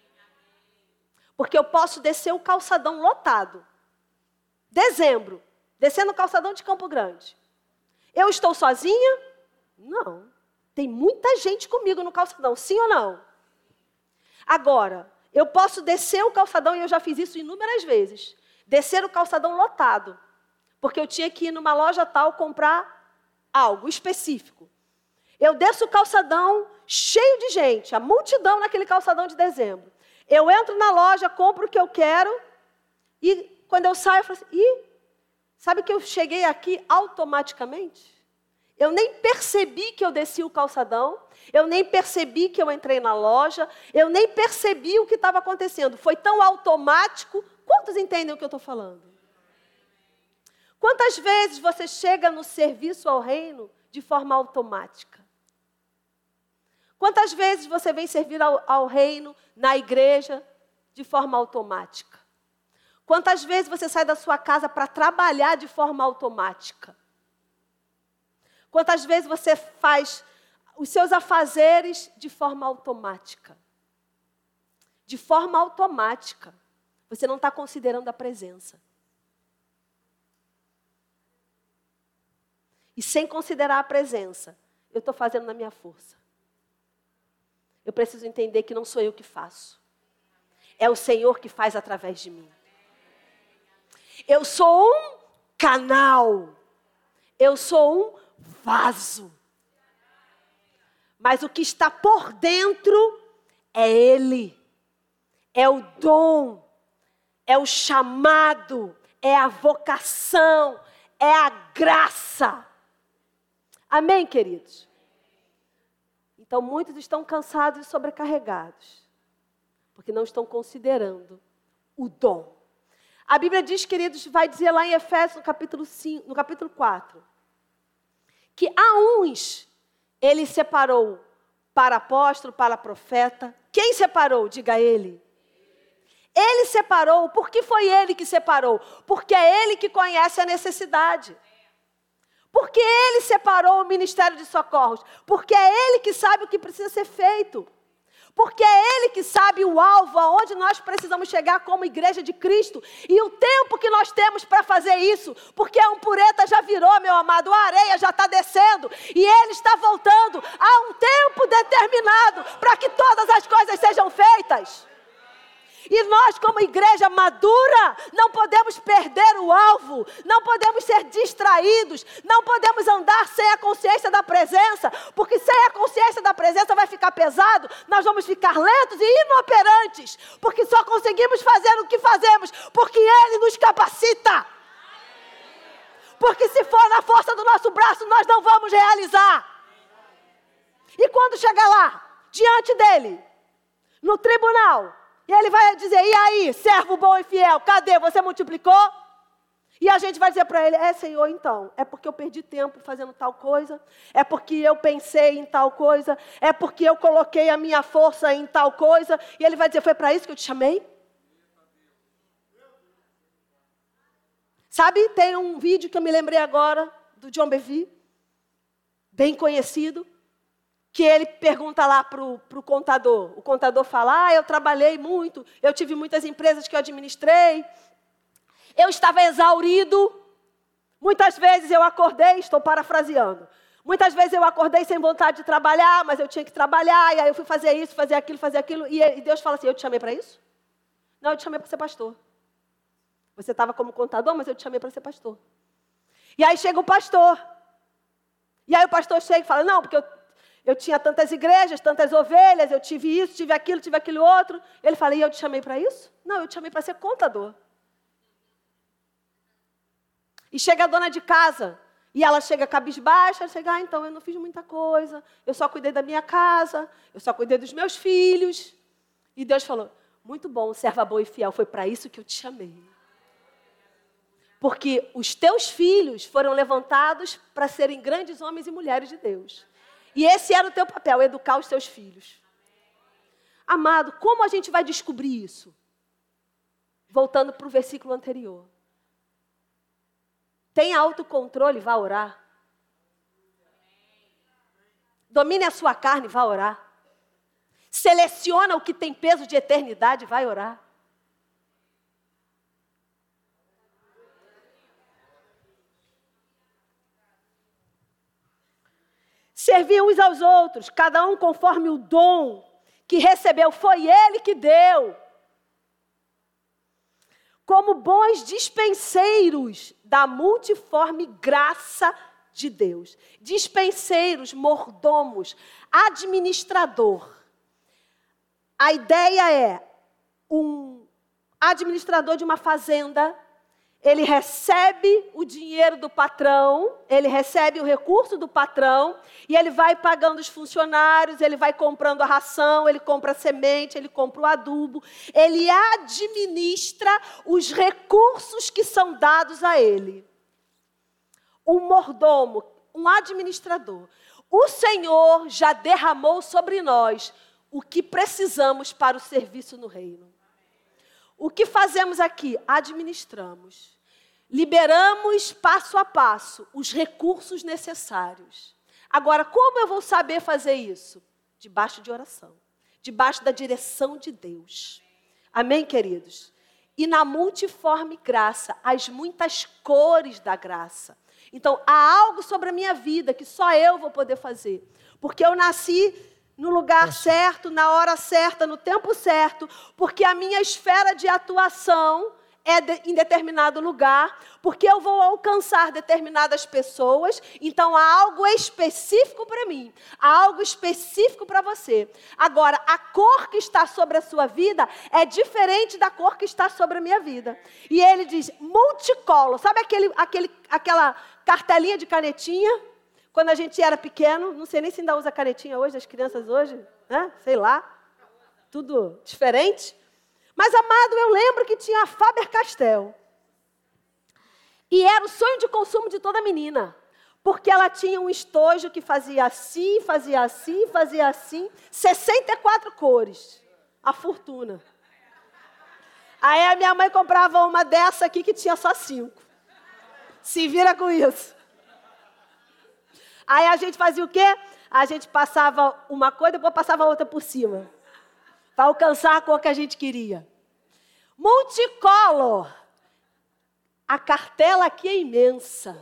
Porque eu posso descer o calçadão lotado. Dezembro. descendo o calçadão de Campo Grande. Eu estou sozinha? Não. Tem muita gente comigo no calçadão, sim ou não? Agora, eu posso descer o calçadão, e eu já fiz isso inúmeras vezes, descer o calçadão lotado, porque eu tinha que ir numa loja tal comprar algo específico. Eu desço o calçadão cheio de gente, a multidão naquele calçadão de dezembro. Eu entro na loja, compro o que eu quero, e quando eu saio, eu falo assim, sabe que eu cheguei aqui automaticamente? Eu nem percebi que eu desci o calçadão, eu nem percebi que eu entrei na loja, eu nem percebi o que estava acontecendo. Foi tão automático. Quantos entendem o que eu estou falando? Quantas vezes você chega no serviço ao reino de forma automática? Quantas vezes você vem servir ao reino na igreja de forma automática? Quantas vezes você sai da sua casa para trabalhar de forma automática? Quantas vezes você faz os seus afazeres de forma automática? De forma automática. Você não está considerando a presença. E sem considerar a presença, eu estou fazendo na minha força. Eu preciso entender que não sou eu que faço. É o Senhor que faz através de mim. Eu sou um canal. Eu sou um vaso. Mas o que está por dentro é Ele. É o dom. É o chamado. É a vocação. É a graça. Amém, queridos? Então, muitos estão cansados e sobrecarregados, porque não estão considerando o dom. A Bíblia diz, queridos, vai dizer lá em Efésios, no capítulo 4, que a uns Ele separou para apóstolo, para profeta. Quem separou? Diga Ele. Ele separou. Por que foi Ele que separou? Porque é Ele que conhece a necessidade. Porque Ele separou o ministério de socorros. Porque é Ele que sabe o que precisa ser feito. Porque é Ele que sabe o alvo, aonde nós precisamos chegar como igreja de Cristo. E o tempo que nós temos para fazer isso. Porque a pureta já virou, meu amado, a areia já está descendo. E Ele está voltando. Há um tempo determinado para que todas as coisas sejam feitas. E nós, como igreja madura, não podemos perder o alvo, não podemos ser distraídos, não podemos andar sem a consciência da presença, porque sem a consciência da presença vai ficar pesado, nós vamos ficar lentos e inoperantes, porque só conseguimos fazer o que fazemos, porque Ele nos capacita. Porque se for na força do nosso braço, nós não vamos realizar. E quando chegar lá, diante dEle, no tribunal, e Ele vai dizer, e aí, servo bom e fiel, cadê? Você multiplicou? E a gente vai dizer para Ele, Senhor, então, é porque eu perdi tempo fazendo tal coisa, é porque eu pensei em tal coisa, é porque eu coloquei a minha força em tal coisa, e Ele vai dizer, foi para isso que eu te chamei? Sabe, tem um vídeo que eu me lembrei agora, do John Bevere, bem conhecido, que ele pergunta lá para o contador. O contador fala, eu trabalhei muito, eu tive muitas empresas que eu administrei, eu estava exaurido, muitas vezes eu acordei, estou parafraseando, muitas vezes eu acordei sem vontade de trabalhar, mas eu tinha que trabalhar, e aí eu fui fazer isso, fazer aquilo, e Deus fala assim, eu te chamei para isso? Não, eu te chamei para ser pastor. Você estava como contador, mas eu te chamei para ser pastor. E aí chega o pastor, e aí o pastor chega e fala, não, porque eu tinha tantas igrejas, tantas ovelhas, eu tive isso, tive aquilo outro. Ele fala, e eu te chamei para isso? Não, eu te chamei para ser contador. E chega a dona de casa, e ela chega cabisbaixa, ela chega, então eu não fiz muita coisa, eu só cuidei da minha casa, eu só cuidei dos meus filhos. E Deus falou, muito bom, serva boa e fiel, foi para isso que eu te chamei. Porque os teus filhos foram levantados para serem grandes homens e mulheres de Deus. E esse era o teu papel, educar os teus filhos. Amado, como a gente vai descobrir isso? Voltando para o versículo anterior. Tem autocontrole, vá orar. Domine a sua carne, vá orar. Seleciona o que tem peso de eternidade, vai orar. Servir uns aos outros, cada um conforme o dom que recebeu. Foi Ele que deu. Como bons dispenseiros da multiforme graça de Deus. Dispenseiros, mordomos, administrador. A ideia é um administrador de uma fazenda. Ele recebe o dinheiro do patrão, ele recebe o recurso do patrão e ele vai pagando os funcionários, ele vai comprando a ração, ele compra a semente, ele compra o adubo. Ele administra os recursos que são dados a ele. Um mordomo, um administrador. O Senhor já derramou sobre nós o que precisamos para o serviço no reino. O que fazemos aqui? Administramos. Liberamos passo a passo os recursos necessários. Agora, como eu vou saber fazer isso? Debaixo de oração. Debaixo da direção de Deus. Amém, queridos? E na multiforme graça, as muitas cores da graça. Então, há algo sobre a minha vida que só eu vou poder fazer. Porque eu nasci no lugar certo, na hora certa, no tempo certo, porque a minha esfera de atuação é em determinado lugar, porque eu vou alcançar determinadas pessoas, então há algo específico para mim, há algo específico para você. Agora, a cor que está sobre a sua vida é diferente da cor que está sobre a minha vida. E ele diz, multicolor, sabe aquela cartelinha de canetinha? Quando a gente era pequeno, não sei nem se ainda usa canetinha hoje, as crianças hoje, né? Sei lá, tudo diferente. Mas, amado, eu lembro que tinha a Faber-Castell. E era o sonho de consumo de toda menina. Porque ela tinha um estojo que fazia assim, fazia assim, fazia assim. 64 cores. A fortuna. Aí a minha mãe comprava uma dessa aqui que tinha só 5. Se vira com isso. Aí a gente fazia o quê? A gente passava uma cor e depois passava outra por cima. Para alcançar a cor que a gente queria. Multicolor. A cartela aqui é imensa.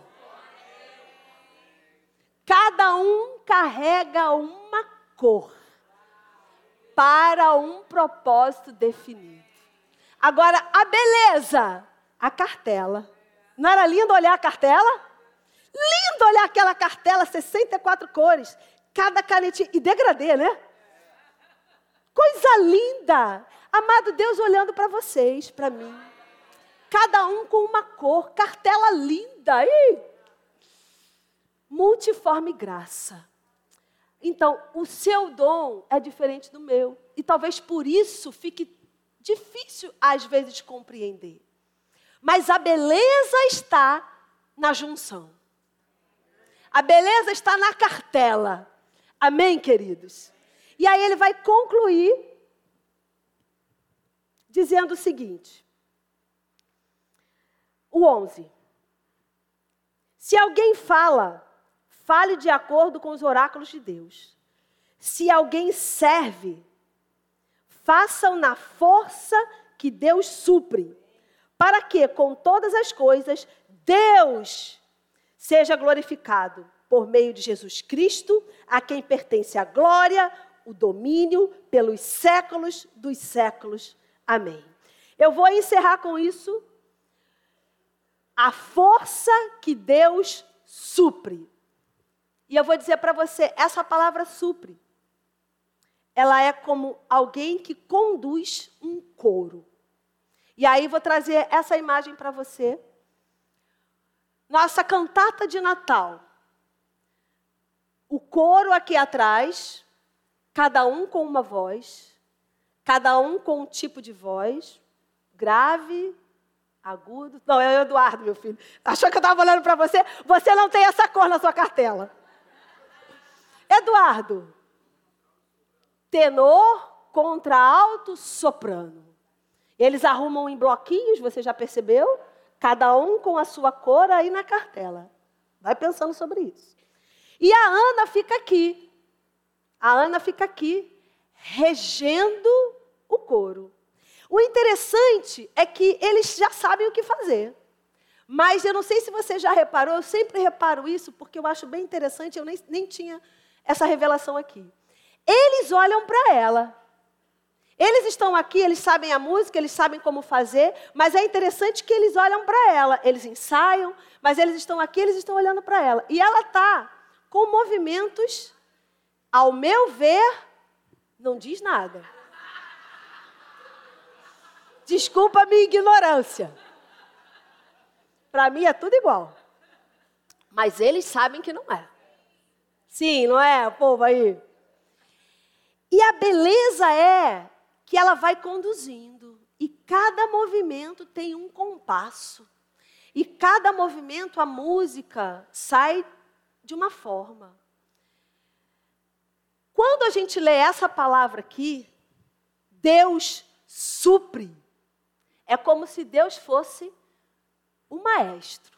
Cada um carrega uma cor. Para um propósito definido. Agora, a beleza. A cartela. Não era lindo olhar a cartela? Lindo olhar aquela cartela, 64 cores, cada canetinha, e degradê, né? Coisa linda! Amado Deus olhando para vocês, para mim. Cada um com uma cor, cartela linda. Multiforme graça. Então, o seu dom é diferente do meu. E talvez por isso fique difícil, às vezes, compreender. Mas a beleza está na junção. A beleza está na cartela. Amém, queridos? E aí ele vai concluir dizendo o seguinte. O 11. Se alguém fala, fale de acordo com os oráculos de Deus. Se alguém serve, façam na força que Deus supre, para que, com todas as coisas, Deus seja glorificado por meio de Jesus Cristo, a quem pertence a glória, o domínio pelos séculos dos séculos. Amém. Eu vou encerrar com isso. A força que Deus supre. E eu vou dizer para você, essa palavra supre, ela é como alguém que conduz um coro. E aí vou trazer essa imagem para você. Nossa cantata de Natal. O coro aqui atrás, cada um com uma voz, cada um com um tipo de voz, grave, agudo. Não, é o Eduardo, meu filho. Achou que eu estava olhando para você? Você não tem essa cor na sua cartela. Eduardo. Tenor contra alto, soprano. Eles arrumam em bloquinhos, você já percebeu? Cada um com a sua cor aí na cartela. Vai pensando sobre isso. E a Ana fica aqui. A Ana fica aqui, regendo o coro. O interessante é que eles já sabem o que fazer. Mas eu não sei se você já reparou, eu sempre reparo isso, porque eu acho bem interessante, eu nem tinha essa revelação aqui. Eles olham para ela. Eles estão aqui, eles sabem a música, eles sabem como fazer, mas é interessante que eles olham para ela. Eles ensaiam, mas eles estão aqui, eles estão olhando para ela. E ela está com movimentos, ao meu ver, não diz nada. Desculpa a minha ignorância. Para mim é tudo igual. Mas eles sabem que não é. Sim, não é, povo aí? E a beleza é que ela vai conduzindo. E cada movimento tem um compasso. E cada movimento, a música sai de uma forma. Quando a gente lê essa palavra aqui, Deus supre. É como se Deus fosse o maestro.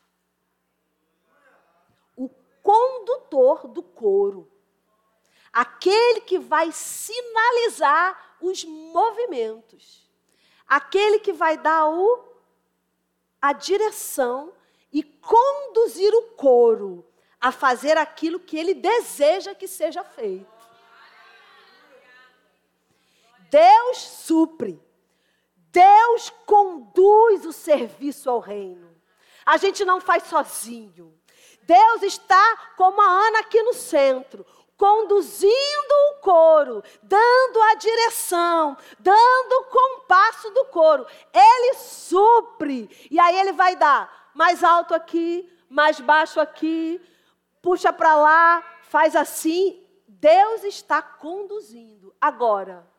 O condutor do coro. Aquele que vai sinalizar os movimentos. Aquele que vai dar a direção e conduzir o coro a fazer aquilo que ele deseja que seja feito. Deus supre. Deus conduz o serviço ao reino. A gente não faz sozinho. Deus está como a Ana aqui no centro, conduzindo o coro, dando a direção, dando o compasso do coro. Ele supre. E aí ele vai dar mais alto aqui, mais baixo aqui, puxa para lá, faz assim. Deus está conduzindo. Agora,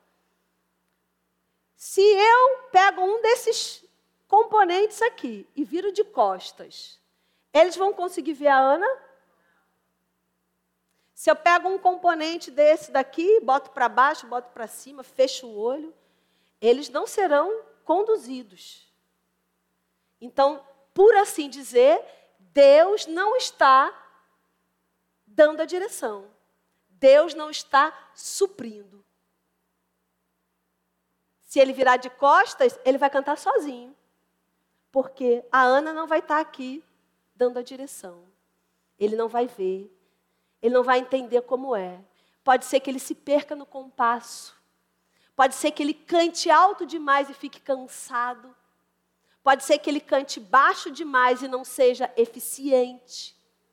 se eu pego um desses componentes aqui e viro de costas, eles vão conseguir ver a Ana? Se eu pego um componente desse daqui, boto para baixo, boto para cima, fecho o olho, eles não serão conduzidos. Então, por assim dizer, Deus não está dando a direção. Deus não está suprindo. Se ele virar de costas, ele vai cantar sozinho. Porque a Ana não vai estar aqui dando a direção. Ele não vai ver. Ele não vai entender como é. Pode ser que ele se perca no compasso. Pode ser que ele cante alto demais e fique cansado. Pode ser que ele cante baixo demais e não seja eficiente.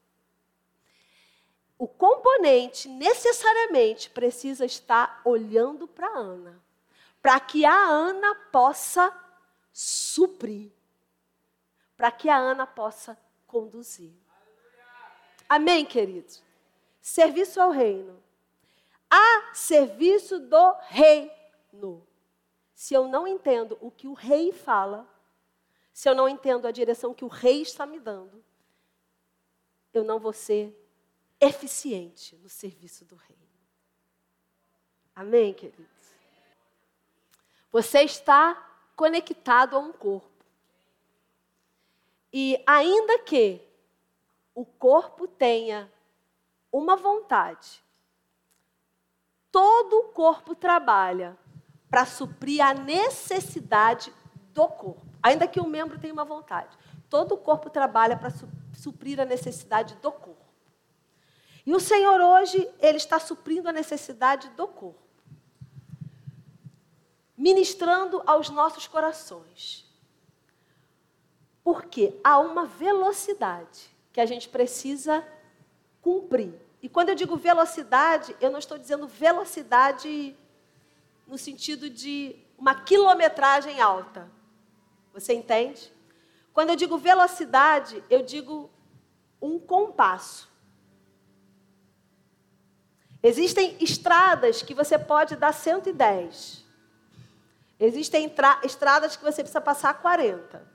O componente necessariamente precisa estar olhando para a Ana. Para que a Ana possa suprir. Para que a Ana possa conduzir. Amém, queridos? Serviço ao reino. A serviço do reino. Se eu não entendo o que o rei fala, se eu não entendo a direção que o rei está me dando, eu não vou ser eficiente no serviço do reino. Amém, queridos? Você está conectado a um corpo. E ainda que o corpo tenha uma vontade, todo o corpo trabalha para suprir a necessidade do corpo. Ainda que o membro tenha uma vontade, todo o corpo trabalha para suprir a necessidade do corpo. E o Senhor hoje, Ele está suprindo a necessidade do corpo. Ministrando aos nossos corações. Porque há uma velocidade que a gente precisa cumprir. E quando eu digo velocidade, eu não estou dizendo velocidade no sentido de uma quilometragem alta. Você entende? Quando eu digo velocidade, eu digo um compasso. Existem estradas que você pode dar 110. Existem estradas que você precisa passar 40.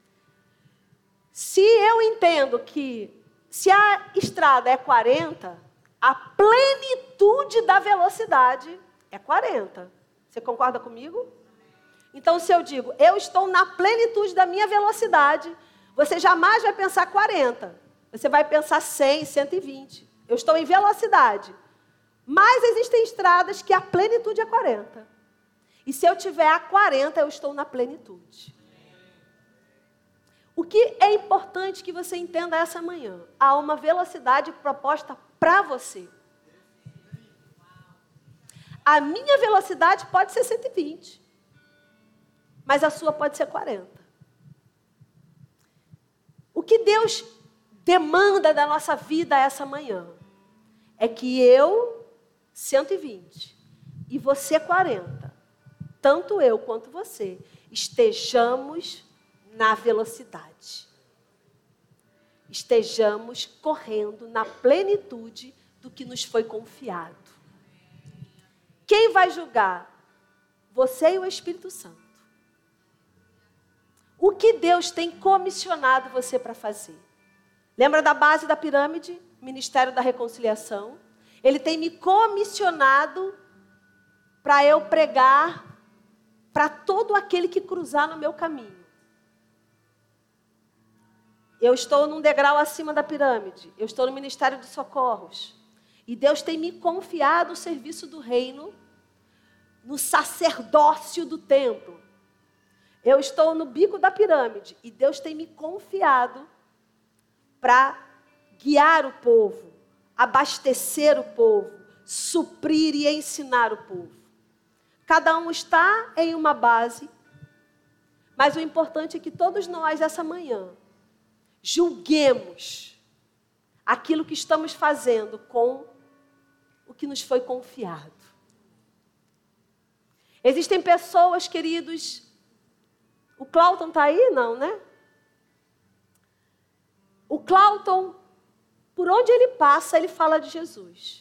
Se eu entendo que se a estrada é 40, a plenitude da velocidade é 40. Você concorda comigo? Então, se eu digo, eu estou na plenitude da minha velocidade, você jamais vai pensar 40. Você vai pensar 100, 120. Eu estou em velocidade. Mas existem estradas que a plenitude é 40. E se eu tiver a 40, eu estou na plenitude. O que é importante que você entenda essa manhã? Há uma velocidade proposta para você. A minha velocidade pode ser 120, mas a sua pode ser 40. O que Deus demanda da nossa vida essa manhã é que eu, 120, e você, 40, tanto eu quanto você, estejamos na velocidade. Estejamos correndo na plenitude do que nos foi confiado. Quem vai julgar? Você e o Espírito Santo. O que Deus tem comissionado você para fazer? Lembra da base da pirâmide? Ministério da Reconciliação. Ele tem me comissionado para eu pregar para todo aquele que cruzar no meu caminho. Eu estou num degrau acima da pirâmide. Eu estou no Ministério dos Socorros. E Deus tem me confiado o serviço do reino no sacerdócio do templo. Eu estou no bico da pirâmide. E Deus tem me confiado para guiar o povo, abastecer o povo, suprir e ensinar o povo. Cada um está em uma base, mas o importante é que todos nós, essa manhã, julguemos aquilo que estamos fazendo com o que nos foi confiado. Existem pessoas, queridos, o Cláudio está aí? Não, né? O Cláudio, por onde ele passa, ele fala de Jesus.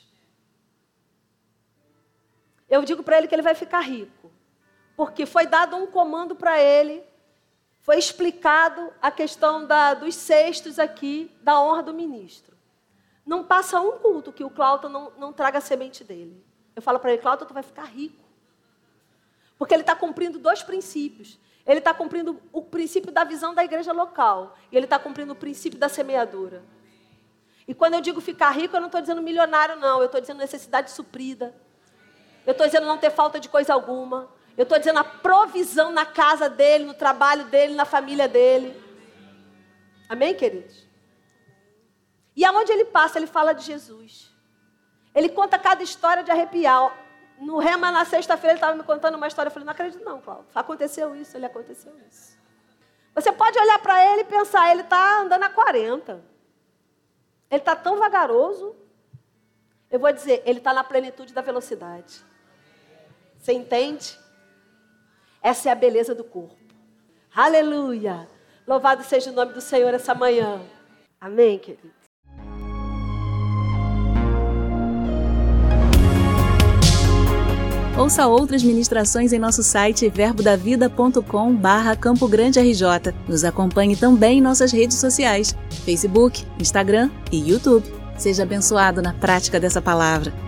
Eu digo para ele que ele vai ficar rico, porque foi dado um comando para ele, foi explicado a questão dos cestos aqui, da honra do ministro. Não passa um culto que o Cláudio não traga a semente dele. Eu falo para ele, Cláudio, tu vai ficar rico. Porque ele está cumprindo 2 princípios. Ele está cumprindo o princípio da visão da igreja local. E ele está cumprindo o princípio da semeadura. E quando eu digo ficar rico, eu não estou dizendo milionário, não. Eu estou dizendo necessidade suprida. Eu estou dizendo não ter falta de coisa alguma. Eu estou dizendo a provisão na casa dele, no trabalho dele, na família dele. Amém, queridos? E aonde ele passa, ele fala de Jesus. Ele conta cada história de arrepiar. No Rema, na sexta-feira, ele estava me contando uma história. Eu falei, não acredito não, Cláudio. Aconteceu isso, ele aconteceu isso. Você pode olhar para ele e pensar, ele está andando a 40. Ele está tão vagaroso. Eu vou dizer, ele está na plenitude da velocidade. Você entende? Essa é a beleza do corpo. Aleluia! Louvado seja o nome do Senhor essa manhã. Amém, querido? Ouça outras ministrações em nosso site verbodavida.com/Campo Grande RJ. Nos acompanhe também em nossas redes sociais, Facebook, Instagram e YouTube. Seja abençoado na prática dessa palavra.